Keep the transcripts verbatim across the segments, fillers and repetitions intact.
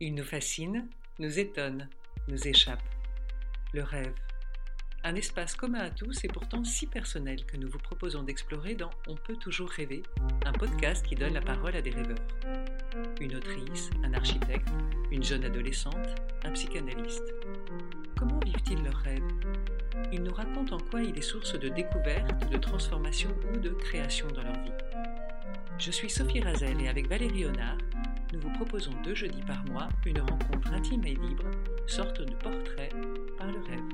Il nous fascine, nous étonne, nous échappe. Le rêve. Un espace commun à tous et pourtant si personnel que nous vous proposons d'explorer dans On peut toujours rêver, un podcast qui donne la parole à des rêveurs. Une autrice, un architecte, une jeune adolescente, un psychanalyste. Comment vivent-ils leurs rêves ? Ils nous racontent en quoi il est source de découverte, de transformation ou de création dans leur vie. Je suis Sophie Razel et avec Valérie Honard, nous vous proposons deux jeudis par mois une rencontre intime et libre, sorte de portrait par le rêve.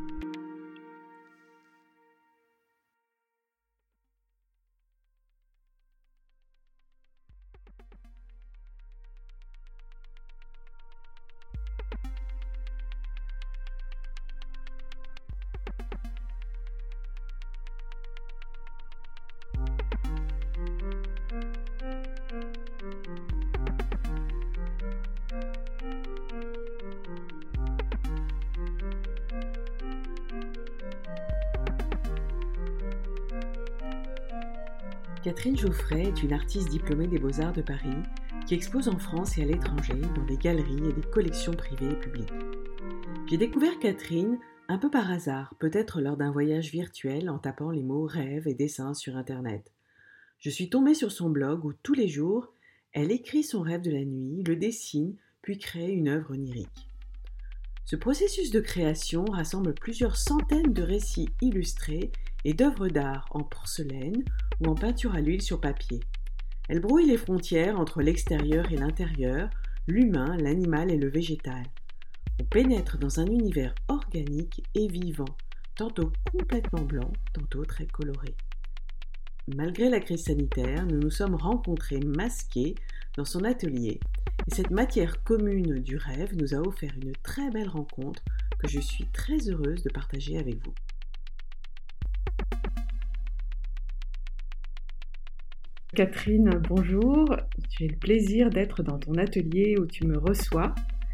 Catherine Geoffray est une artiste diplômée des Beaux-Arts de Paris qui expose en France et à l'étranger dans des galeries et des collections privées et publiques. J'ai découvert Catherine un peu par hasard, peut-être lors d'un voyage virtuel en tapant les mots rêve et dessin sur Internet. Je suis tombée sur son blog où tous les jours, elle écrit son rêve de la nuit, le dessine, puis crée une œuvre onirique. Ce processus de création rassemble plusieurs centaines de récits illustrés et d'œuvres d'art en porcelaine ou en peinture à l'huile sur papier. Elle brouille les frontières entre l'extérieur et l'intérieur, l'humain, l'animal et le végétal. On pénètre dans un univers organique et vivant, tantôt complètement blanc, tantôt très coloré. Malgré la crise sanitaire, nous nous sommes rencontrés masqués dans son atelier et cette matière commune du rêve nous a offert une très belle rencontre que je suis très heureuse de partager avec vous. Catherine, bonjour. J'ai le plaisir d'être dans ton atelier où tu me reçois.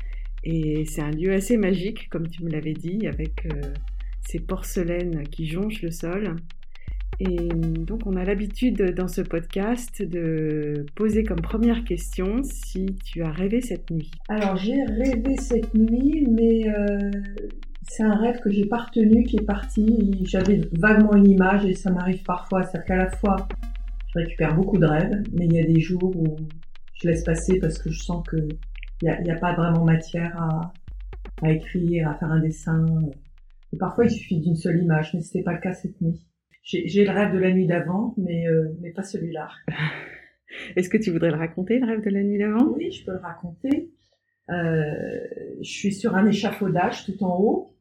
Et c'est un lieu assez magique, comme tu me l'avais dit, avec euh, ces porcelaines qui jonchent le sol. Et donc, on a l'habitude dans ce podcast de poser comme première question si tu as rêvé cette nuit. Alors, j'ai rêvé cette nuit, mais euh, c'est un rêve que j'ai pas retenu, qui est parti. J'avais vaguement une image et ça m'arrive parfois. C'est-à-dire qu'à la fois, je récupère beaucoup de rêves, mais il y a des jours où je laisse passer parce que je sens que il y a, il y a pas vraiment matière à, à écrire, à faire un dessin. Et parfois, il suffit d'une seule image, mais c'était pas le cas cette nuit. J'ai, j'ai le rêve de la nuit d'avant, mais, euh, mais pas celui-là. Est-ce que tu voudrais le raconter, le rêve de la nuit d'avant ? Oui, je peux le raconter. Euh, je suis sur un échafaudage tout en haut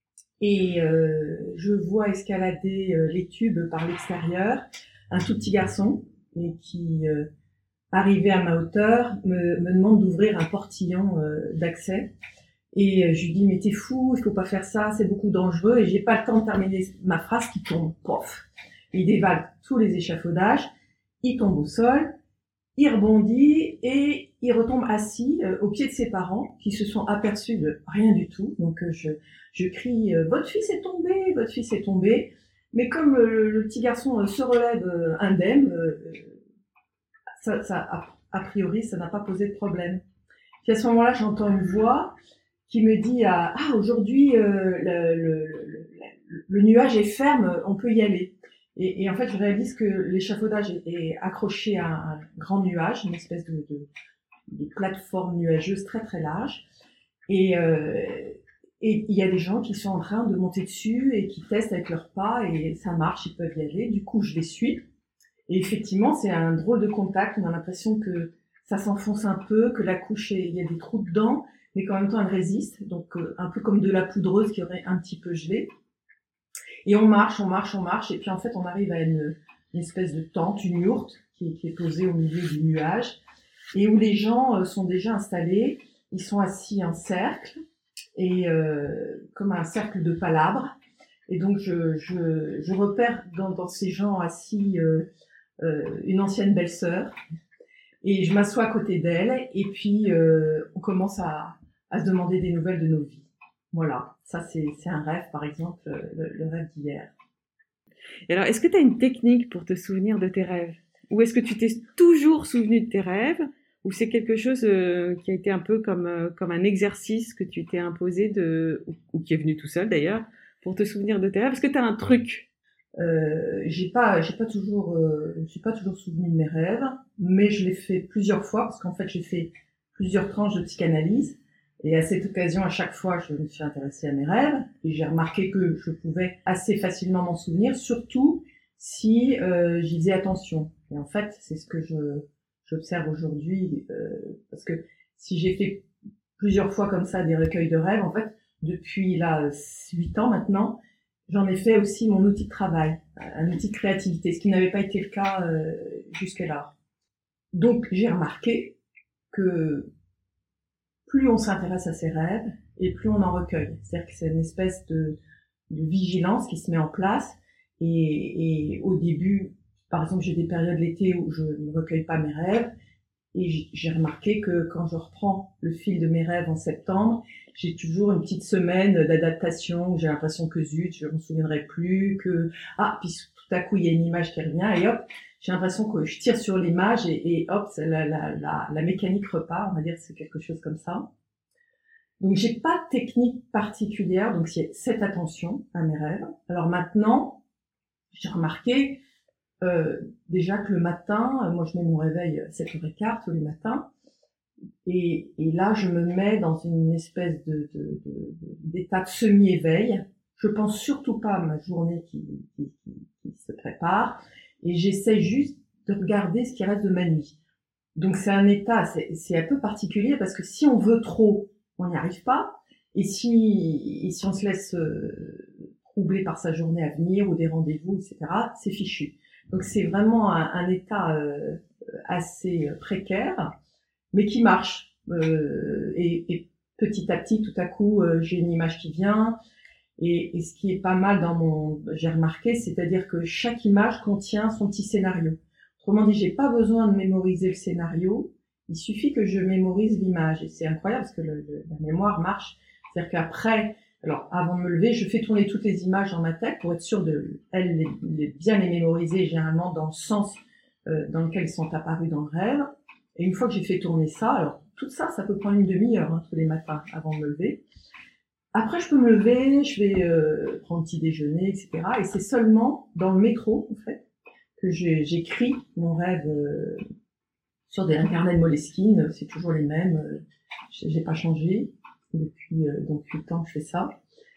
et euh, je vois escalader euh, les tubes par l'extérieur un tout petit garçon et qui, euh, arrivé à ma hauteur, me, me demande d'ouvrir un portillon euh, d'accès. Et euh, je lui dis, mais t'es fou, il faut pas faire ça, c'est beaucoup dangereux. Et j'ai pas le temps de terminer ma phrase qui tombe, pof. Il dévale tous les échafaudages, il tombe au sol, il rebondit et il retombe assis euh, au pied de ses parents qui se sont aperçus de rien du tout. Donc euh, je, je crie, euh, votre fils est tombé, votre fils est tombé. Mais comme euh, le petit garçon euh, se relève euh, indemne, euh, ça, ça, a, a priori, ça n'a pas posé de problème. Puis à ce moment-là, j'entends une voix qui me dit ah, ah aujourd'hui euh, le, le, le, le nuage est ferme, on peut y aller. Et, et en fait, je réalise que l'échafaudage est, est accroché à un grand nuage, une espèce de, de, de plateforme nuageuse très très large. Et euh, Et il y a des gens qui sont en train de monter dessus et qui testent avec leurs pas et ça marche, ils peuvent y aller. Du coup, je les suis. Et effectivement, c'est un drôle de contact. On a l'impression que ça s'enfonce un peu, que la couche, est, il y a des trous dedans, mais qu'en même temps, elle résiste. Donc, euh, un peu comme de la poudreuse qui aurait un petit peu gelé. Et on marche, on marche, on marche. Et puis, en fait, on arrive à une, une espèce de tente, une yourte qui, qui est posée au milieu du nuage et où les gens euh, sont déjà installés. Ils sont assis en cercle. Et euh, comme un cercle de palabres. Et donc je je je repère dans dans ces gens assis euh, euh, une ancienne belle-sœur et je m'assois à côté d'elle et puis euh, on commence à à se demander des nouvelles de nos vies. Voilà, ça c'est c'est un rêve par exemple, le, le rêve d'hier. Et alors, est-ce que tu as une technique pour te souvenir de tes rêves ? Ou est-ce que tu t'es toujours souvenu de tes rêves ? ou c'est quelque chose euh, qui a été un peu comme, euh, comme un exercice que tu t'es imposé, de, ou, ou qui est venu tout seul d'ailleurs, pour te souvenir de tes rêves? Est-ce que tu as un truc? Euh, j'ai pas, j'ai pas toujours, euh, je me suis pas toujours souvenu de mes rêves, mais je l'ai fait plusieurs fois parce qu'en fait j'ai fait plusieurs tranches de psychanalyse et à cette occasion, à chaque fois, je me suis intéressée à mes rêves et j'ai remarqué que je pouvais assez facilement m'en souvenir, surtout si euh, j'y faisais attention. Et en fait, c'est ce que je j'observe aujourd'hui euh, parce que si j'ai fait plusieurs fois comme ça des recueils de rêves, en fait, depuis là huit ans maintenant. J'en ai fait aussi mon outil de travail, un outil de créativité, ce qui n'avait pas été le cas euh, jusque-là. Donc j'ai remarqué que plus on s'intéresse à ses rêves et plus on en recueille. C'est-à-dire que c'est une espèce de, de vigilance qui se met en place. Et, et au début, par exemple, j'ai des périodes l'été où je ne recueille pas mes rêves. Et j'ai remarqué que quand je reprends le fil de mes rêves en septembre, j'ai toujours une petite semaine d'adaptation où j'ai l'impression que zut, je ne me souviendrai plus, que ah, puis tout à coup il y a une image qui revient et hop, j'ai l'impression que je tire sur l'image et, et hop, la, la, la, la mécanique repart, on va dire que c'est quelque chose comme ça. Donc j'ai pas de technique particulière, donc c'est cette attention à mes rêves. Alors maintenant, j'ai remarqué Euh, déjà que le matin, moi je mets mon réveil à sept heures quinze tous les matins, et, et là je me mets dans une espèce de, de, de, de d'état de semi-éveil. Je pense surtout pas à ma journée qui, qui, qui, qui se prépare, et j'essaie juste de regarder ce qui reste de ma nuit. Donc c'est un état, c'est, c'est un peu particulier parce que si on veut trop, on n'y arrive pas, et si, et si on se laisse euh, troubler par sa journée à venir ou des rendez-vous, et cetera, c'est fichu. Donc c'est vraiment un, un état euh, assez précaire, mais qui marche. Euh, et, et petit à petit, tout à coup, euh, j'ai une image qui vient. Et, et ce qui est pas mal dans mon, j'ai remarqué, c'est-à-dire que chaque image contient son petit scénario. Autrement dit, j'ai pas besoin de mémoriser le scénario. Il suffit que je mémorise l'image. Et c'est incroyable parce que le, le, la mémoire marche. C'est-à-dire qu'après, alors, avant de me lever, je fais tourner toutes les images dans ma tête pour être sûre de elles, les, les, bien les mémoriser, généralement dans le sens euh, dans lequel ils sont apparus dans le rêve. Et une fois que j'ai fait tourner ça, alors tout ça, ça peut prendre une demi-heure hein, tous les matins avant de me lever. Après, je peux me lever, je vais euh, prendre petit déjeuner, et cetera. Et c'est seulement dans le métro, en fait, que j'ai, j'écris mon rêve euh, sur des carnets de Moleskine. C'est toujours les mêmes. Euh, j'ai pas changé. Depuis euh, donc huit ans que je fais ça.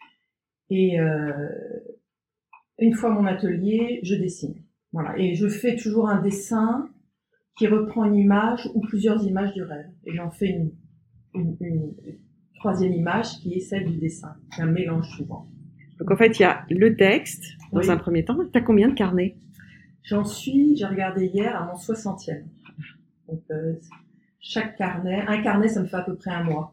Et euh, une fois mon atelier, je dessine. Voilà. Et je fais toujours un dessin qui reprend une image ou plusieurs images du rêve. Et j'en fais une, une, une, une troisième image qui est celle du dessin. C'est un mélange souvent. Donc en fait, il y a le texte dans oui. un premier temps. Tu as combien de carnets? J'en suis, j'ai regardé hier, à mon soixantième. Donc euh, chaque carnet, un carnet, ça me fait à peu près un mois.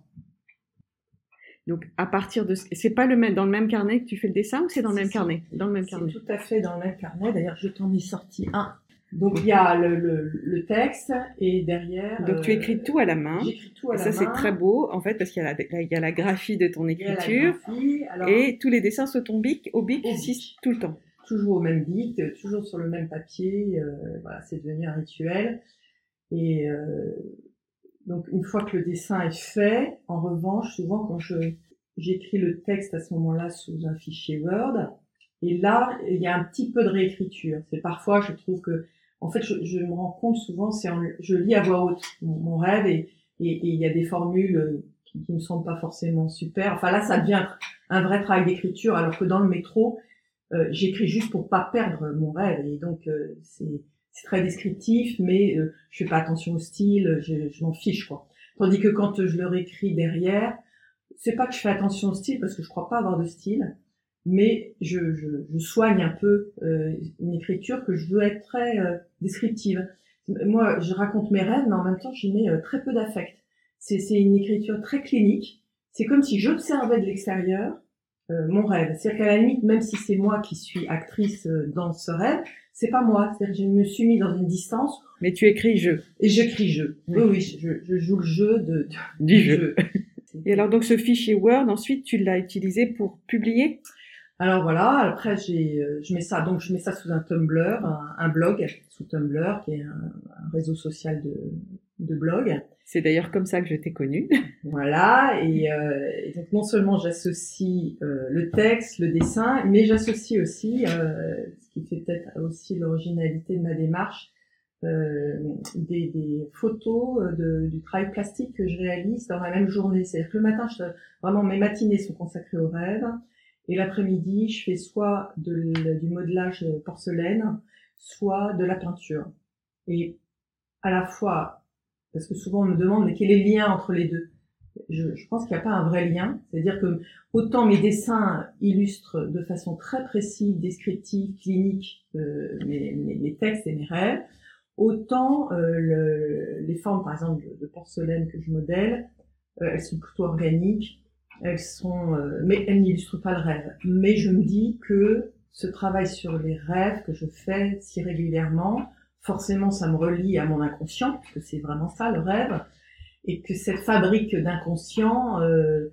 Donc, à partir de, c'est pas le même, dans le même carnet que tu fais le dessin ou c'est dans le même carnet? Dans le même carnet. C'est tout à fait dans le même carnet. D'ailleurs, je t'en ai sorti un. Donc, il y a le, le, le texte et derrière. Donc, euh, tu écris tout à la main. J'écris tout à la ça, main. Ça, c'est très beau, en fait, parce qu'il y a la, il y a la graphie de ton écriture. Graphie, alors, et tous les dessins sur ton bic, au bic, au si, bic. tout le temps. Toujours au même bic, toujours sur le même papier. Euh, voilà, c'est devenu un rituel. Et, euh, donc, une fois que le dessin est fait, en revanche, souvent, quand je, j'écris le texte à ce moment-là sous un fichier Word. Et là, il y a un petit peu de réécriture. C'est parfois, je trouve que, en fait, je, je me rends compte souvent, c'est en, je lis à voix haute mon, mon rêve et, et, et il y a des formules qui, qui me semblent pas forcément super. Enfin là, ça devient un vrai travail d'écriture, alors que dans le métro, euh, j'écris juste pour pas perdre mon rêve. Et donc, euh, c'est, c'est très descriptif, mais euh, je fais pas attention au style, je, je m'en fiche, quoi. Tandis que quand je le réécris derrière, c'est pas que je fais attention au style, parce que je crois pas avoir de style, mais je, je, je soigne un peu euh, une écriture que je veux être très euh, descriptive. Moi, je raconte mes rêves, mais en même temps, j'y mets euh, très peu d'affect. C'est, c'est une écriture très clinique. C'est comme si j'observais de l'extérieur euh, mon rêve. C'est-à-dire qu'à la limite, même si c'est moi qui suis actrice euh, dans ce rêve, c'est pas moi. C'est-à-dire que je me suis mis dans une distance. Mais tu écris je. Et j'écris je. Oui, oui, oui je, je joue le jeu de, de du jeu. Et alors, donc, ce fichier Word, ensuite, tu l'as utilisé pour publier? Alors voilà, après, j'ai, je mets ça, donc je mets ça sous un Tumblr, un, un blog sous Tumblr, qui est un, un réseau social de, de blog. C'est d'ailleurs comme ça que je t'ai connue. Voilà, et, euh, et donc non seulement j'associe euh, le texte, le dessin, mais j'associe aussi, euh, ce qui fait peut-être aussi l'originalité de ma démarche, euh, des, des photos de, du travail plastique que je réalise dans la même journée. C'est-à-dire que le matin, je, vraiment mes matinées sont consacrées au rêve, et l'après-midi, je fais soit de, du modelage porcelaine, soit de la peinture. Et à la fois, parce que souvent on me demande mais quel est le lien entre les deux. Je, je pense qu'il n'y a pas un vrai lien, c'est-à-dire que autant mes dessins illustrent de façon très précise, descriptive, clinique euh, mes, mes, mes textes et mes rêves, autant euh, le, les formes par exemple de, de porcelaine que je modèle, euh, elles sont plutôt organiques, elles sont, euh, mais elles n'illustrent pas le rêve. Mais je me dis que ce travail sur les rêves que je fais si régulièrement, forcément, ça me relie à mon inconscient, parce que c'est vraiment ça, le rêve, et que cette fabrique d'inconscient euh,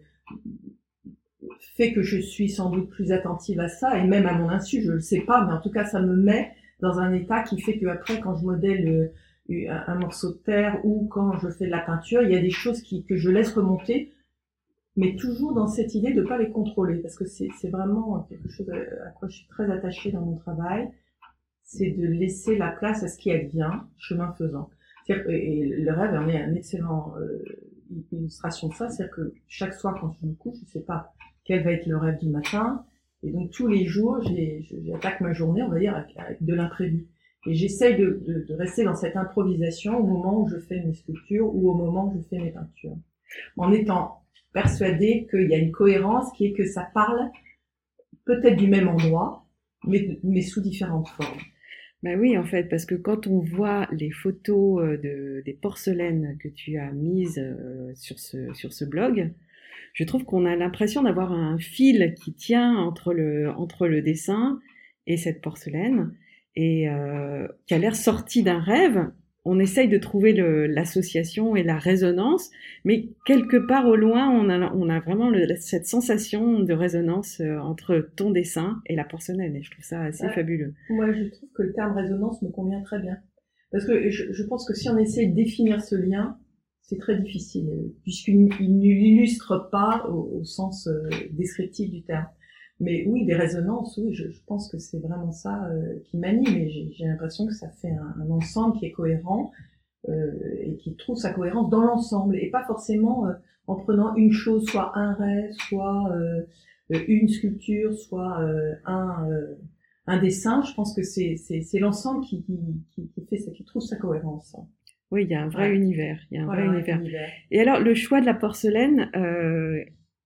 fait que je suis sans doute plus attentive à ça, et même à mon insu, je le sais pas, mais en tout cas, ça me met dans un état qui fait que après, quand je modèle euh, un, un morceau de terre ou quand je fais de la peinture, il y a des choses qui, que je laisse remonter, mais toujours dans cette idée de pas les contrôler, parce que c'est, c'est vraiment quelque chose à quoi je suis très attachée dans mon travail. C'est de laisser la place à ce qui advient, chemin faisant. C'est-à-dire, et le rêve en est un excellent euh, illustration de ça, c'est-à-dire que chaque soir quand je me couche, je ne sais pas quel va être le rêve du matin, et donc tous les jours, j'ai, j'attaque ma journée, on va dire, avec, avec de l'imprévu. Et j'essaye de, de, de rester dans cette improvisation au moment où je fais mes sculptures ou au moment où je fais mes peintures, en étant persuadée qu'il y a une cohérence qui est que ça parle peut-être du même endroit, mais, mais sous différentes formes. Ben oui, en fait, parce que quand on voit les photos de, des porcelaines que tu as mises euh, sur ce, sur ce blog, je trouve qu'on a l'impression d'avoir un fil qui tient entre le, entre le dessin et cette porcelaine, et euh, qui a l'air sorti d'un rêve. On essaye de trouver le, l'association et la résonance, mais quelque part au loin, on a, on a vraiment le, cette sensation de résonance entre ton dessin et la porcelaine, et je trouve ça assez ouais. fabuleux. Moi, je trouve que le terme résonance me convient très bien, parce que je, je pense que si on essaie de définir ce lien, c'est très difficile, puisqu'il ne l'illustre pas au, au sens euh, descriptif du terme. Mais oui, des résonances, oui, je, je pense que c'est vraiment ça euh, qui m'anime, et j'ai, j'ai l'impression que ça fait un, un ensemble qui est cohérent euh, et qui trouve sa cohérence dans l'ensemble, et pas forcément euh, en prenant une chose, soit un rêve, soit euh, une sculpture, soit euh, un, euh, un dessin. Je pense que c'est, c'est, c'est l'ensemble qui, qui, qui, qui fait ça, qui trouve sa cohérence. Oui, il y a un vrai ouais. univers, il y a un voilà, vrai univers. univers. Et alors, le choix de la porcelaine, euh,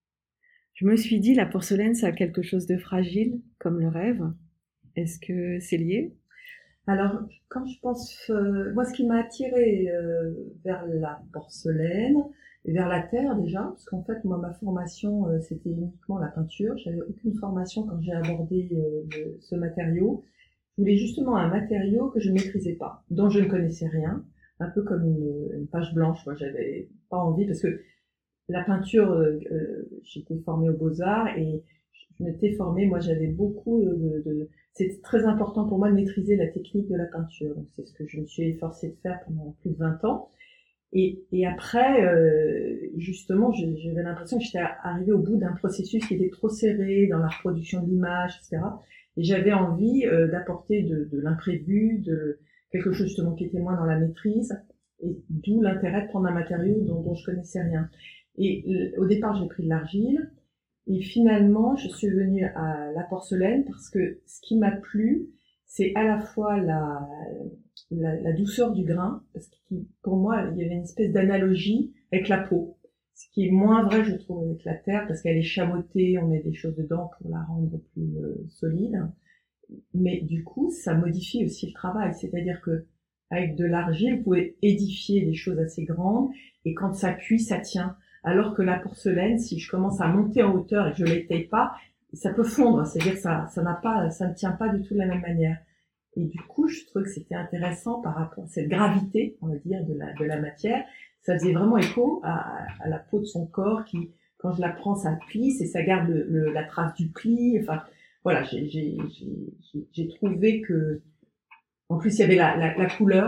je me suis dit, la porcelaine, ça a quelque chose de fragile, comme le rêve. Est-ce que c'est lié ? Alors, quand je pense, euh, moi, ce qui m'a attirée euh, vers la porcelaine, vers la terre déjà, parce qu'en fait, moi, ma formation, euh, c'était uniquement la peinture. J'avais aucune formation quand j'ai abordé euh, le, ce matériau. Je voulais justement un matériau que je ne maîtrisais pas, dont je ne connaissais rien, un peu comme une, une page blanche. Moi, j'avais pas envie, parce que la peinture, euh, euh, j'étais formée aux Beaux-Arts et je m'étais formée, moi j'avais beaucoup de, de... C'était très important pour moi de maîtriser la technique de la peinture. Donc c'est ce que je me suis efforcée de faire pendant plus de vingt ans. Et, et après, euh, justement, j'avais l'impression que j'étais arrivée au bout d'un processus qui était trop serré dans la reproduction de l'image, et cetera. Et j'avais envie euh, d'apporter de, de l'imprévu, de quelque chose justement qui était moins dans la maîtrise, et d'où l'intérêt de prendre un matériau dont, dont je connaissais rien. Et au départ, j'ai pris de l'argile, et finalement, je suis venue à la porcelaine parce que ce qui m'a plu, c'est à la fois la, la, la douceur du grain, parce que pour moi, il y avait une espèce d'analogie avec la peau, ce qui est moins vrai, je trouve, avec la terre, parce qu'elle est chamotée, on met des choses dedans pour la rendre plus euh, solide. Mais du coup, ça modifie aussi le travail, c'est-à-dire que avec de l'argile, vous pouvez édifier des choses assez grandes, et quand ça cuit, ça tient. Alors que la porcelaine, si je commence à monter en hauteur et que je l'étaye pas, ça peut fondre, c'est-à-dire que ça, ça n'a pas, ça ne tient pas du tout de la même manière. Et du coup, je trouve que c'était intéressant par rapport à cette gravité, on va dire, de la, de la matière. Ça faisait vraiment écho à, à la peau de son corps qui, quand je la prends, ça plisse et ça garde le, le, la trace du pli. Enfin, voilà, j'ai, j'ai, j'ai, j'ai trouvé que, en plus, il y avait la, la, la couleur.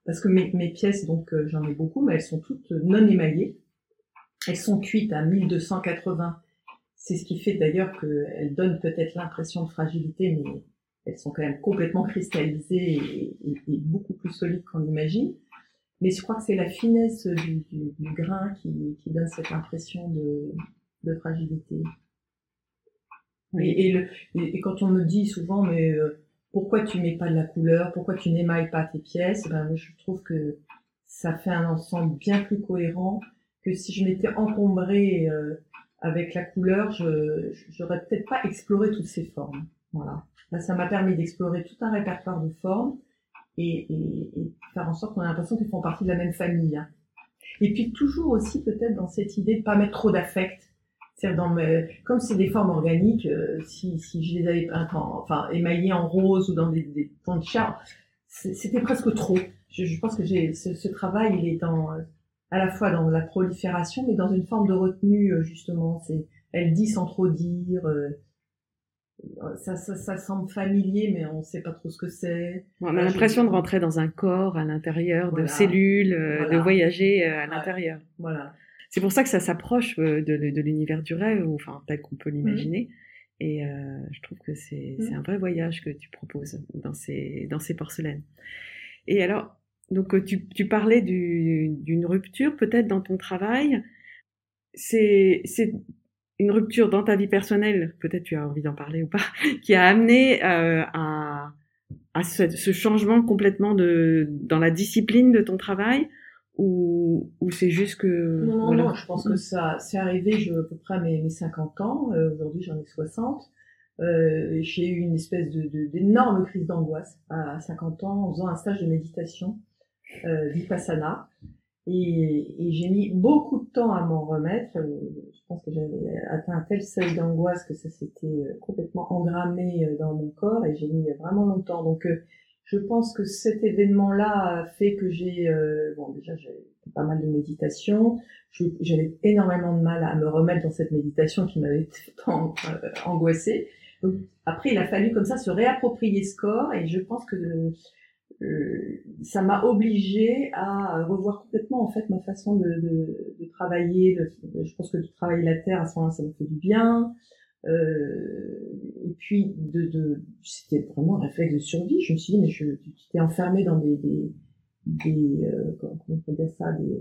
parce que mes, mes pièces, donc euh, j'en ai beaucoup, mais elles sont toutes non émaillées. Elles sont cuites à mille deux cent quatre-vingts. C'est ce qui fait d'ailleurs qu'elles donnent peut-être l'impression de fragilité, mais elles sont quand même complètement cristallisées et, et, et beaucoup plus solides qu'on imagine. Mais je crois que c'est la finesse du, du, du grain qui, qui donne cette impression de, de fragilité. Oui. Et, et, le, et, et quand on me dit souvent, mais euh, pourquoi tu mets pas de la couleur, pourquoi tu n'émailles pas tes pièces, ben, je trouve que ça fait un ensemble bien plus cohérent que si je m'étais encombrée euh, avec la couleur, je j'aurais peut-être pas exploré toutes ces formes. Voilà. Là, ça m'a permis d'explorer tout un répertoire de formes et, et, et faire en sorte qu'on a l'impression qu'ils font partie de la même famille. Hein. Et puis toujours aussi peut-être dans cette idée de pas mettre trop d'affect. C'est-à-dire dans mes, comme c'est des formes organiques, euh, si, si je les avais peintes en, enfin émaillées en rose ou dans des, des tons de chair, c'était presque trop. Je, je pense que j'ai ce, ce travail, il est dans à la fois dans la prolifération, mais dans une forme de retenue justement. C'est, elle dit sans trop dire. Euh, Ça, ça, ça semble familier, mais on ne sait pas trop ce que c'est. On a l'impression de rentrer dans un corps à l'intérieur, voilà. de cellules, voilà. de voyager à ouais. l'intérieur. Voilà. C'est pour ça que ça s'approche de, de, de l'univers du rêve, ou enfin tel qu'on peut l'imaginer. Mmh. Et euh, je trouve que c'est, mmh. c'est un vrai voyage que tu proposes dans ces, dans ces porcelaines. Et alors, donc tu, tu parlais du, d'une rupture peut-être dans ton travail. C'est, c'est une rupture dans ta vie personnelle, peut-être tu as envie d'en parler ou pas, qui a amené euh, à, à ce, ce changement complètement de dans la discipline de ton travail, ou, ou c'est juste que... Non, voilà. non, je pense que ça c'est arrivé je, à peu près à mes, mes cinquante ans, euh, aujourd'hui j'en ai soixante. Euh, j'ai eu une espèce de, de, d'énorme crise d'angoisse à cinquante ans en faisant un stage de méditation, euh, Vipassana. Et, et j'ai mis beaucoup de temps à m'en remettre. Je pense que j'avais atteint un tel seuil d'angoisse que ça s'était complètement engrammé dans mon corps et j'ai mis vraiment longtemps. Donc, je pense que cet événement-là a fait que j'ai, euh, bon, déjà, j'ai fait pas mal de méditation. Je, j'avais énormément de mal à me remettre dans cette méditation qui m'avait tant euh, angoissée. Donc, après, il a fallu comme ça se réapproprier ce corps et je pense que euh, Euh, ça m'a obligée à revoir complètement en fait ma façon de, de, de travailler. De, je pense que de travailler la terre à ce moment-là, ça me fait du bien. Euh, et puis de, de, c'était vraiment un réflexe de survie. Je me suis dit mais je, tu t'es enfermée dans des, des, des euh, comment on peut dire ça, des,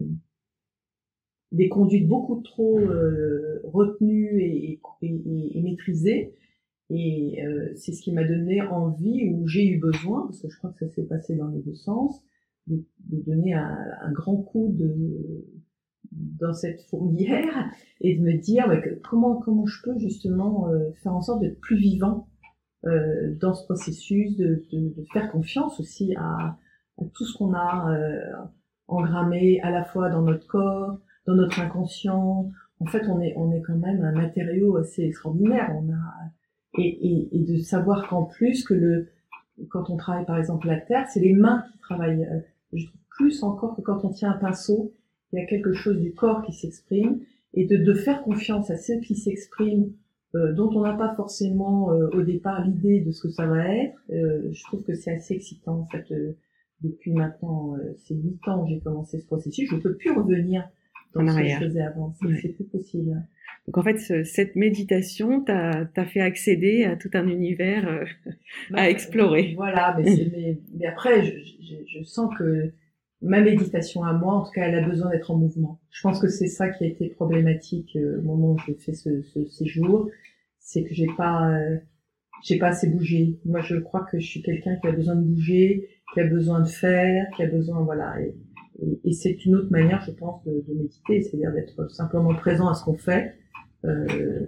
des conduites beaucoup trop euh, retenues et, et, et, et maîtrisées. Et euh, c'est ce qui m'a donné envie, ou j'ai eu besoin, parce que je crois que ça s'est passé dans les deux sens, de, de donner un, un grand coup de, dans cette fourmilière et de me dire bah, que comment comment je peux justement euh, faire en sorte d'être plus vivant euh, dans ce processus, de, de, de faire confiance aussi à, à tout ce qu'on a euh, engrammé à la fois dans notre corps, dans notre inconscient. En fait, on est on est quand même un matériau assez extraordinaire. On a Et, et, et de savoir qu'en plus que le, quand on travaille par exemple la terre, c'est les mains qui travaillent. Euh, je trouve plus encore que quand on tient un pinceau, il y a quelque chose du corps qui s'exprime et de, de faire confiance à ceux qui s'expriment, euh, dont on n'a pas forcément euh, au départ l'idée de ce que ça va être. Euh, je trouve que c'est assez excitant en fait. Euh, depuis maintenant, euh, c'est huit ans que j'ai commencé ce processus. Je ne peux plus revenir dans ce que je faisais avant. C'est, ouais. c'est plus possible. Donc en fait, ce, cette méditation t'a, t'a fait accéder à tout un univers euh, bah, à explorer. Voilà, mais, c'est, mais, mais après, je, je, je sens que ma méditation à moi, en tout cas, elle a besoin d'être en mouvement. Je pense que c'est ça qui a été problématique euh, au moment où j'ai fait ce, ce séjour, c'est que j'ai pas, euh, j'ai pas assez bougé. Moi, je crois que je suis quelqu'un qui a besoin de bouger, qui a besoin de faire, qui a besoin, voilà. Et, et, et c'est une autre manière, je pense, de, de méditer, c'est-à-dire d'être simplement présent à ce qu'on fait. Euh,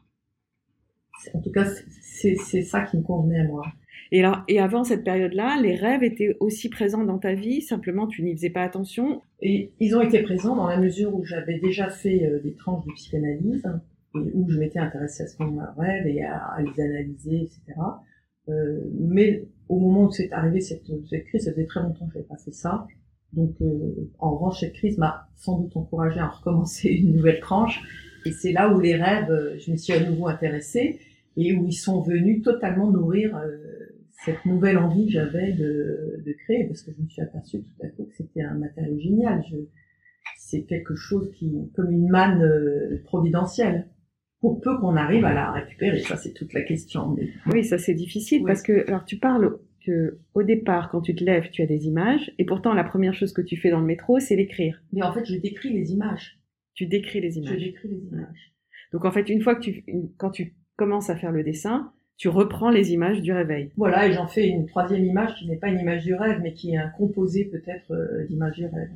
en tout cas, c'est, c'est ça qui me convenait à moi. Et alors, et avant cette période-là, les rêves étaient aussi présents dans ta vie, simplement tu n'y faisais pas attention. Et ils ont été présents dans la mesure où j'avais déjà fait euh, des tranches de psychanalyse et où je m'étais intéressée à ce moment-là rêve et à, à les analyser, et cetera. Euh, mais au moment où c'est arrivé cette, cette crise, ça faisait très longtemps que j'avais pas fait ça. Donc, euh, en revanche, cette crise m'a sans doute encouragée à recommencer une nouvelle tranche. Et c'est là où les rêves, je me suis à nouveau intéressée et où ils sont venus totalement nourrir euh, cette nouvelle envie que j'avais de, de créer, parce que je me suis aperçue tout à coup que c'était un matériau génial. Je, c'est quelque chose qui, comme une manne euh, providentielle. Pour peu qu'on arrive à la récupérer, ça c'est toute la question. Mais... Oui, ça c'est difficile, oui. Parce que, alors tu parles que au départ, quand tu te lèves, tu as des images, et pourtant la première chose que tu fais dans le métro, c'est l'écrire. Mais en fait, je décris les images. Tu décris les images. Je décris les images. Donc en fait, une fois que tu, quand tu commences à faire le dessin, tu reprends les images du réveil. Voilà, et j'en fais une troisième image qui n'est pas une image du rêve, mais qui est un composé peut-être euh, d'images du rêve.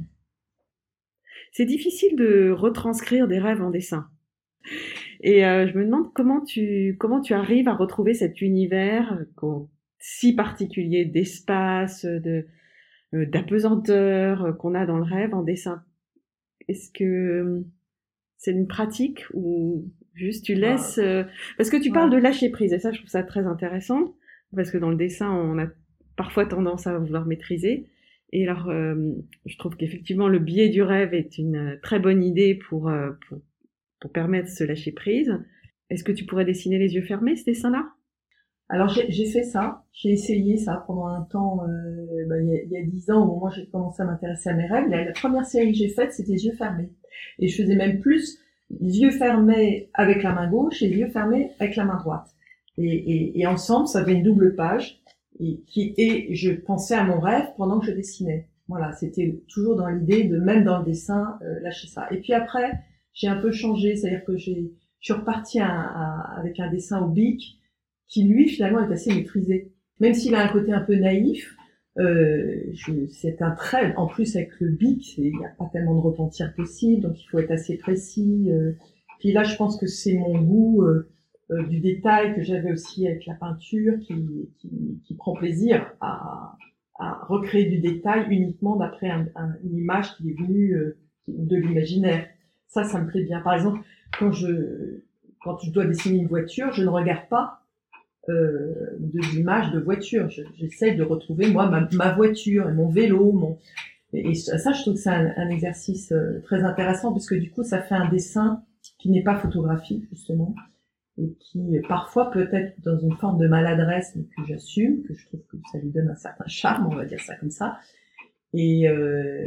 C'est difficile de retranscrire des rêves en dessin. Et euh, je me demande comment tu comment tu arrives à retrouver cet univers euh, si particulier d'espace, de euh, d'apesanteur euh, qu'on a dans le rêve en dessin. Est-ce que c'est une pratique ou juste tu laisses euh, parce que tu parles ouais. de lâcher prise et ça je trouve ça très intéressant parce que dans le dessin on a parfois tendance à vouloir maîtriser et alors euh, je trouve qu'effectivement le biais du rêve est une très bonne idée pour euh, pour pour permettre ce lâcher prise. Est-ce que tu pourrais dessiner les yeux fermés, ce dessin-là? Alors j'ai, j'ai fait ça, j'ai essayé ça pendant un temps, euh, bah, il, y a, il y a dix ans, au moment où j'ai commencé à m'intéresser à mes rêves. La, la première série que j'ai faite, c'était les yeux fermés. Et je faisais même plus les yeux fermés avec la main gauche et les yeux fermés avec la main droite. Et, et, et ensemble, ça fait une double page. Et, qui, et je pensais à mon rêve pendant que je dessinais. Voilà, c'était toujours dans l'idée de, même dans le dessin, euh, lâcher ça. Et puis après, j'ai un peu changé, c'est-à-dire que j'ai, je suis repartie à, à, avec un dessin au bic qui, lui, finalement, est assez maîtrisé. Même s'il a un côté un peu naïf, euh, je, c'est un trait. En plus, avec le bic, il n'y a pas tellement de repentir possible, donc il faut être assez précis. Euh. Puis là, je pense que c'est mon goût euh, euh, du détail que j'avais aussi avec la peinture qui, qui, qui prend plaisir à, à recréer du détail uniquement d'après un, un, une image qui est venue euh, de l'imaginaire. Ça, ça me plaît bien. Par exemple, quand je, quand je dois dessiner une voiture, je ne regarde pas euh, de images de voiture. Je, j'essaie de retrouver, moi, ma, ma voiture et mon vélo. Mon... Et, et ça, je trouve que c'est un, un exercice euh, très intéressant parce que du coup, ça fait un dessin qui n'est pas photographique, justement, et qui, parfois, peut être dans une forme de maladresse, mais que j'assume, que je trouve que ça lui donne un certain charme, on va dire ça comme ça. Et... Euh,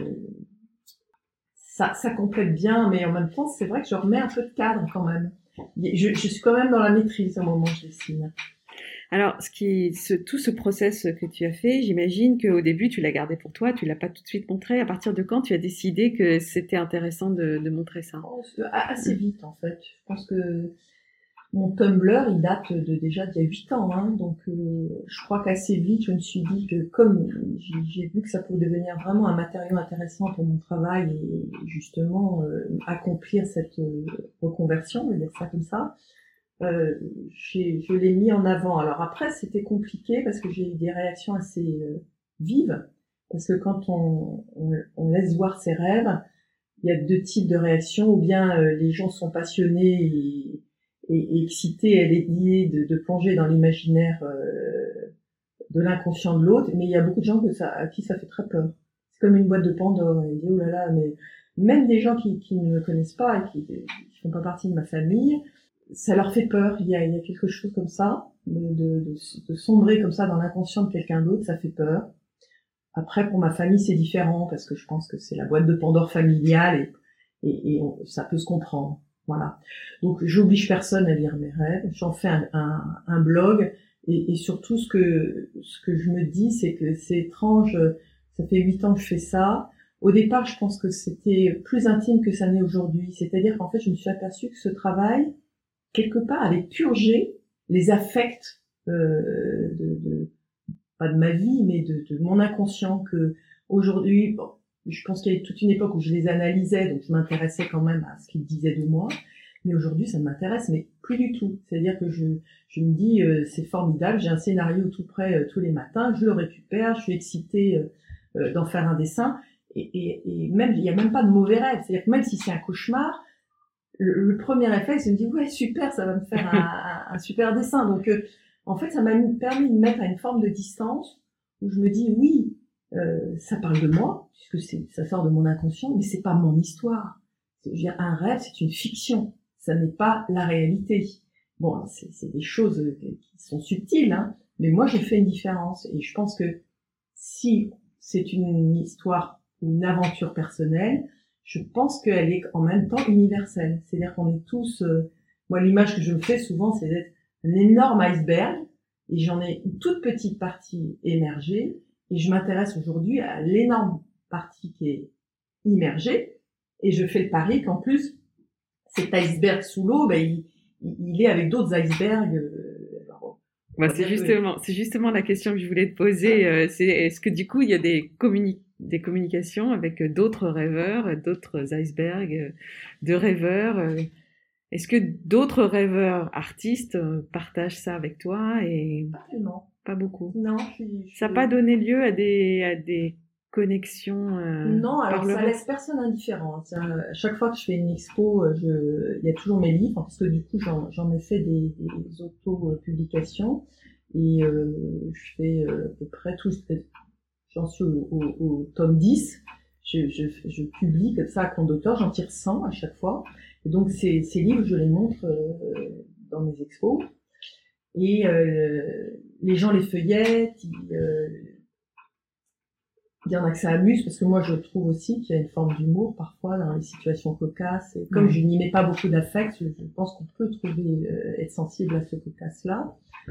Ça, ça complète bien, mais en même temps, c'est vrai que je remets un peu de cadre quand même. Je, je suis quand même dans la maîtrise au moment où je dessine. Alors, ce qui, ce, tout ce process que tu as fait, j'imagine qu'au début, tu l'as gardé pour toi, tu l'as pas tout de suite montré. À partir de quand tu as décidé que c'était intéressant de, de montrer ça? Oh, assez vite, en fait. Je pense que mon Tumblr, il date de déjà d'il y a huit ans, hein, donc euh, je crois qu'assez vite, je me suis dit que comme j'ai, j'ai vu que ça pouvait devenir vraiment un matériau intéressant pour mon travail et justement euh, accomplir cette euh, reconversion, on va dire ça comme ça, euh, j'ai, je l'ai mis en avant. Alors après, c'était compliqué parce que j'ai eu des réactions assez euh, vives, parce que quand on, on, on laisse voir ses rêves, il y a deux types de réactions, ou bien euh, les gens sont passionnés et et excité à l'idée de, de plonger dans l'imaginaire euh, de l'inconscient de l'autre, mais il y a beaucoup de gens que ça, à qui ça fait très peur. C'est comme une boîte de Pandore. Ils disent, oh là là, mais même des gens qui, qui ne me connaissent pas et qui ne font pas partie de ma famille, ça leur fait peur. Il y a, il y a quelque chose comme ça, de, de, de, de sombrer comme ça dans l'inconscient de quelqu'un d'autre, ça fait peur. Après, pour ma famille, c'est différent, parce que je pense que c'est la boîte de Pandore familiale, et, et, et on, ça peut se comprendre. Voilà. Donc, j'oblige personne à lire mes rêves. J'en fais un, un, un blog. Et, et surtout, ce que, ce que je me dis, c'est que c'est étrange. Ça fait huit ans que je fais ça. Au départ, je pense que c'était plus intime que ça n'est aujourd'hui. C'est-à-dire qu'en fait, je me suis aperçue que ce travail, quelque part, avait purgé les affects, euh, de, de, pas de ma vie, mais de, de mon inconscient, que aujourd'hui, bon, je pense qu'il y a toute une époque où je les analysais, donc je m'intéressais quand même à ce qu'ils disaient de moi. Mais aujourd'hui, ça ne m'intéresse, mais plus du tout. C'est-à-dire que je, je me dis, euh, c'est formidable, j'ai un scénario tout prêt euh, tous les matins, je le récupère, je suis excitée euh, euh, d'en faire un dessin. Et, et, et même, il n'y a même pas de mauvais rêve. C'est-à-dire que même si c'est un cauchemar, le, le premier réflexe, je me dis, ouais, super, ça va me faire un, un, un super dessin. Donc, euh, en fait, ça m'a permis de me mettre à une forme de distance où je me dis, oui, Euh, ça parle de moi, puisque c'est, ça sort de mon inconscient, mais c'est pas mon histoire. C'est, je veux dire, un rêve, c'est une fiction. Ça n'est pas la réalité. Bon, c'est, c'est des choses qui sont subtiles, hein, Mais moi, j'ai fait une différence. Et je pense que si c'est une histoire ou une aventure personnelle, je pense qu'elle est en même temps universelle. C'est-à-dire qu'on est tous... Euh, moi, l'image que je me fais souvent, c'est d'être un énorme iceberg et j'en ai une toute petite partie émergée et je m'intéresse aujourd'hui à l'énorme partie qui est immergée et je fais le pari qu'en plus, cet iceberg sous l'eau, ben, il, il est avec d'autres icebergs. Euh, alors, bah, c'est justement, c'est justement la question que je voulais te poser. Euh, c'est est-ce que du coup, il y a des communi- des communications avec d'autres rêveurs, d'autres icebergs, de rêveurs euh, Est-ce que d'autres rêveurs artistes partagent ça avec toi et pas tellement. Pas beaucoup. Non, je suis, je... Ça n'a pas donné lieu à des à des connexions. Euh, non, alors par le ça rêve. laisse personne indifférent. À chaque fois que je fais une expo, je... il y a toujours mes livres parce que du coup j'en, j'en ai fait des, des auto-publications et euh, je fais euh, à peu près tout. J'en suis au, au, au tome dix. Je, je, je publie comme ça à compte d'auteur, j'en tire cent à chaque fois. Et donc ces, ces livres, je les montre euh, dans mes expos. Et euh, les gens les feuillettent, il euh, y en a que ça amuse, parce que moi je trouve aussi qu'il y a une forme d'humour parfois dans les situations cocasses. Et comme mmh. je n'y mets pas beaucoup d'affect, je, je pense qu'on peut trouver, euh, être sensible à ce cocasse-là.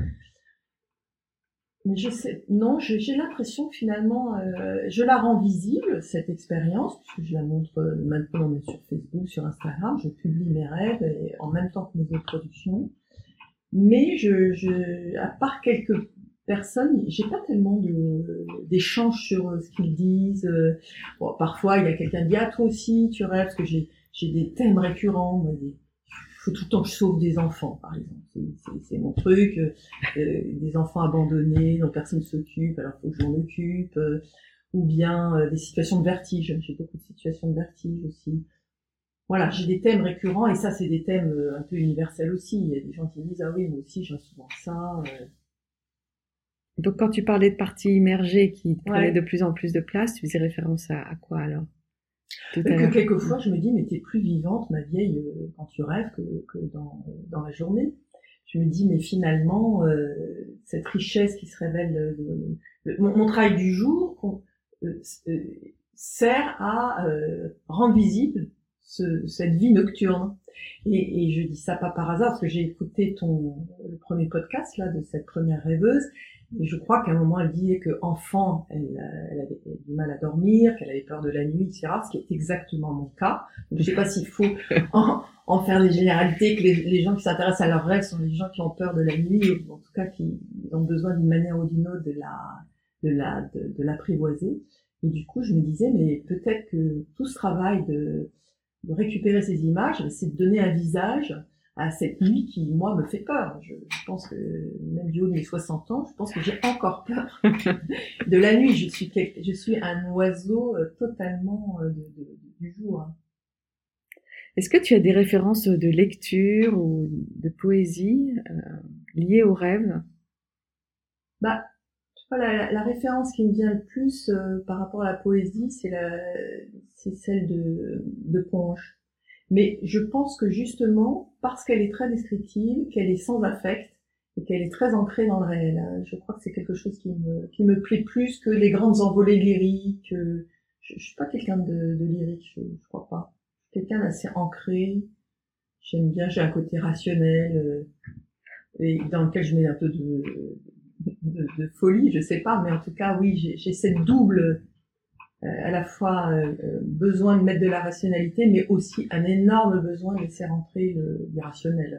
Mais je sais, non, je, j'ai l'impression que finalement, euh, je la rends visible, cette expérience, puisque je la montre maintenant même sur Facebook, sur Instagram, je publie mes rêves et, en même temps que mes autres productions. Mais je, je, à part quelques personnes, j'ai pas tellement de, d'échanges sur ce qu'ils disent. Bon, parfois, il y a quelqu'un qui dit, ah, toi aussi, tu rêves, parce que j'ai, j'ai des thèmes récurrents, moi, des, faut tout le temps que je sauve des enfants, par exemple. C'est, c'est, c'est mon truc. Euh, des enfants abandonnés dont personne ne s'occupe, alors faut que je m'en occupe. Euh, ou bien euh, des situations de vertige. J'ai beaucoup de situations de vertige aussi. Voilà, j'ai des thèmes récurrents et ça, c'est des thèmes euh, un peu universels aussi. Il y a des gens qui disent, ah oui, moi aussi, j'ai souvent ça. Euh... Donc, quand tu parlais de parties immergées qui prenaient ouais. de plus en plus de place, tu faisais référence à, à quoi alors? Tout à que quelquefois, je me dis, mais t'es plus vivante, ma vieille, euh, quand tu rêves que, que dans, euh, dans la journée. Je me dis, mais finalement, euh, cette richesse qui se révèle, euh, euh, mon, mon travail du jour euh, euh, sert à euh, rendre visible ce, cette vie nocturne. Et, et je dis ça pas par hasard, parce que j'ai écouté ton le premier podcast là de cette première rêveuse, et je crois qu'à un moment elle disait que enfant, elle, elle avait du mal à dormir, qu'elle avait peur de la nuit, et cetera. Ce qui est exactement mon cas. Donc, je sais pas s'il faut en, en faire des généralités, que les, les gens qui s'intéressent à leurs rêves sont les gens qui ont peur de la nuit, ou en tout cas qui ont besoin d'une manière ou d'une autre de la de la de, de l'apprivoiser. Et du coup, je me disais, mais peut-être que tout ce travail de de récupérer ces images, c'est de donner un visage à cette nuit qui, moi, me fait peur. Je, je pense que, même du haut de mes soixante ans, je pense que j'ai encore peur de la nuit. Je suis, quel, je suis un oiseau totalement de, de, du jour. Est-ce que tu as des références de lecture ou de poésie euh, liées aux rêves? Bah, La, la référence qui me vient le plus euh, par rapport à la poésie, c'est, la, c'est celle de, de Ponche. Mais je pense que justement, parce qu'elle est très descriptive, qu'elle est sans affect, et qu'elle est très ancrée dans le réel, hein, je crois que c'est quelque chose qui me, qui me plaît plus que les grandes envolées lyriques. Euh, je, je suis pas quelqu'un de, de lyrique, je, je crois pas. Je suis quelqu'un d'assez ancré. J'aime bien, j'ai un côté rationnel, euh, et dans lequel je mets un peu de... De, de folie, je sais pas, mais en tout cas, oui, j'ai, j'ai cette double, euh, à la fois euh, besoin de mettre de la rationalité, mais aussi un énorme besoin de laisser rentrer le, l'irrationnel.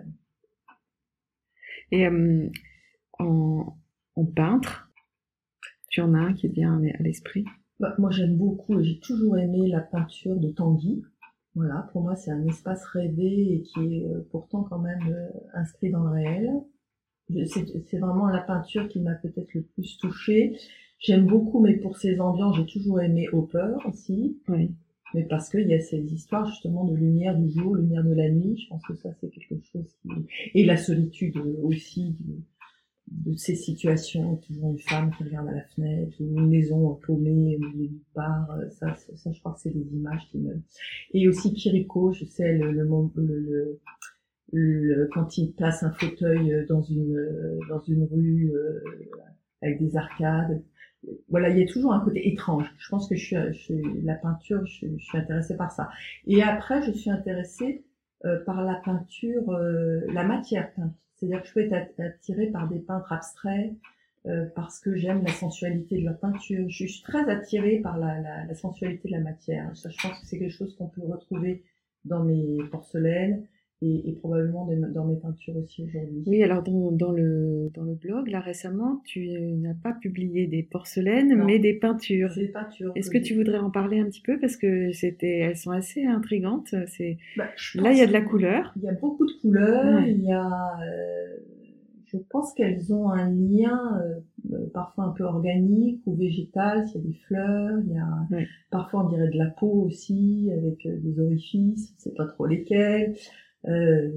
Et euh, en, en peintre, tu en as un qui te vient à l'esprit? Bah, moi, j'aime beaucoup, et j'ai toujours aimé la peinture de Tanguy. Voilà, pour moi, c'est un espace rêvé et qui est euh, pourtant quand même euh, inscrit dans le réel. C'est, c'est vraiment la peinture qui m'a peut-être le plus touchée. J'aime beaucoup, mais pour ces ambiances, j'ai toujours aimé Hopper aussi. Oui. Mais parce qu'il y a ces histoires justement de lumière du jour, lumière de la nuit. Je pense que ça, c'est quelque chose qui... Et la solitude aussi de, de ces situations. Toujours une femme qui regarde à la fenêtre, ou une maison paumée au milieu du part. Ça, ça, ça, je crois que c'est des images qui me... Et aussi Kiriko, je sais, le... le, le, le le, quand il place un fauteuil dans une dans une rue euh, avec des arcades. Voilà, il y a toujours un côté étrange. Je pense que je suis, je suis la peinture, je, je suis intéressée par ça. Et après, je suis intéressée euh, par la peinture, euh, la matière peinte. C'est-à-dire que je peux être attirée par des peintres abstraits euh, parce que j'aime la sensualité de leur peinture. Je suis très attirée par la, la, la sensualité de la matière. Ça, je pense que c'est quelque chose qu'on peut retrouver dans mes porcelaines. Et, et probablement dans mes peintures aussi aujourd'hui. Oui, alors dans, dans, le, dans le blog, là récemment, tu n'as pas publié des porcelaines, non, mais des peintures. C'est des peintures. Est-ce que, que tu voudrais en parler un petit peu? Parce que c'était, elles sont assez intrigantes. C'est... Bah, là, il y a de la couleur. Il y a beaucoup de couleurs. Ouais. Il y a, euh, je pense qu'elles ont un lien euh, parfois un peu organique ou végétal. Il y a des fleurs. Il y a ouais. Parfois on dirait de la peau aussi, avec euh, des orifices. On ne sait pas trop lesquels. Euh,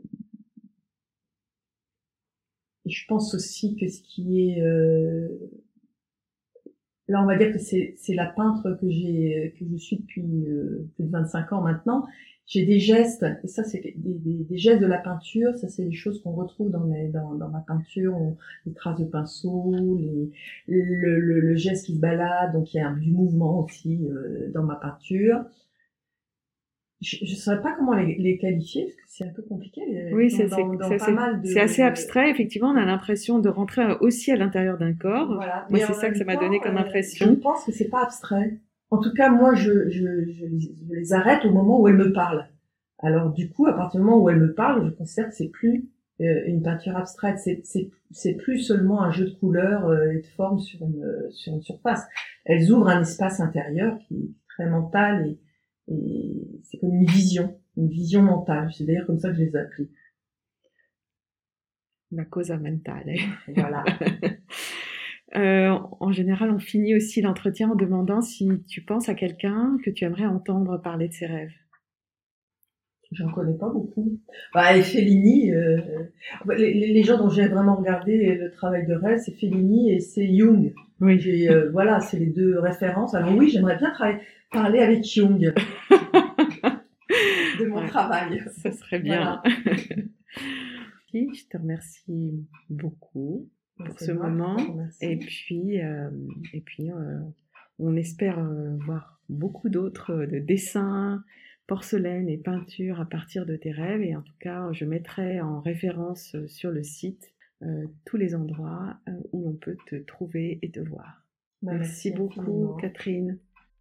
je pense aussi que ce qui est euh, là on va dire que c'est c'est la peintre que j'ai que je suis depuis euh, plus de vingt-cinq ans maintenant. J'ai des gestes et ça c'est des, des, des gestes de la peinture, ça c'est des choses qu'on retrouve dans mes dans dans ma peinture, on, les traces de pinceau, les le, le le geste qui se balade, donc il y a du mouvement aussi euh, dans ma peinture. Je ne saurais pas comment les, les qualifier, parce que c'est un peu compliqué. Oui, c'est, dans, dans c'est, pas c'est, mal de, c'est assez abstrait. Effectivement, on a l'impression de rentrer aussi à l'intérieur d'un corps. Voilà. Moi, c'est ça que ça m'a donné comme impression. Je pense que c'est pas abstrait. En tout cas, moi, je, je, je, je les arrête au moment où elles me parlent. Alors, du coup, à partir du moment où elles me parlent, je considère que c'est plus euh, une peinture abstraite. C'est, c'est, c'est plus seulement un jeu de couleurs euh, et de formes sur une, sur une surface. Elles ouvrent un espace intérieur qui est très mental et Et c'est comme une vision, une vision mentale. C'est d'ailleurs comme ça que je les ai appelées. La cosa mentale. Voilà. euh, en général, on finit aussi l'entretien en demandant si tu penses à quelqu'un que tu aimerais entendre parler de ses rêves. J'en connais pas beaucoup. Bah, et Fellini, euh, les, les gens dont j'ai vraiment regardé le travail de rêve, c'est Fellini et c'est Jung. Oui. J'ai, euh, voilà, c'est les deux références. Alors oui, j'aimerais bien travailler, parler avec Jung de mon ouais, travail. Ça serait bien. Voilà. Je te remercie beaucoup pour c'est ce moment. Et puis, euh, et puis, euh, on espère euh, voir beaucoup d'autres euh, de dessins, porcelaine et peinture à partir de tes rêves. Et en tout cas, je mettrai en référence sur le site euh, tous les endroits euh, où on peut te trouver et te voir. Bah, merci, merci beaucoup, infiniment. Catherine.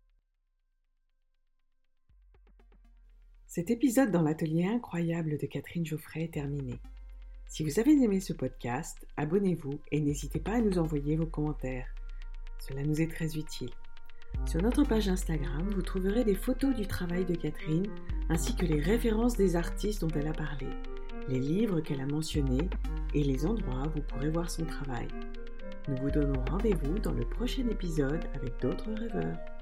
Cet épisode dans l'atelier incroyable de Catherine Geoffrey est terminé. Si vous avez aimé ce podcast, abonnez-vous et n'hésitez pas à nous envoyer vos commentaires. Cela nous est très utile. Sur notre page Instagram, vous trouverez des photos du travail de Catherine, ainsi que les références des artistes dont elle a parlé, les livres qu'elle a mentionnés et les endroits où vous pourrez voir son travail. Nous vous donnons rendez-vous dans le prochain épisode avec d'autres rêveurs.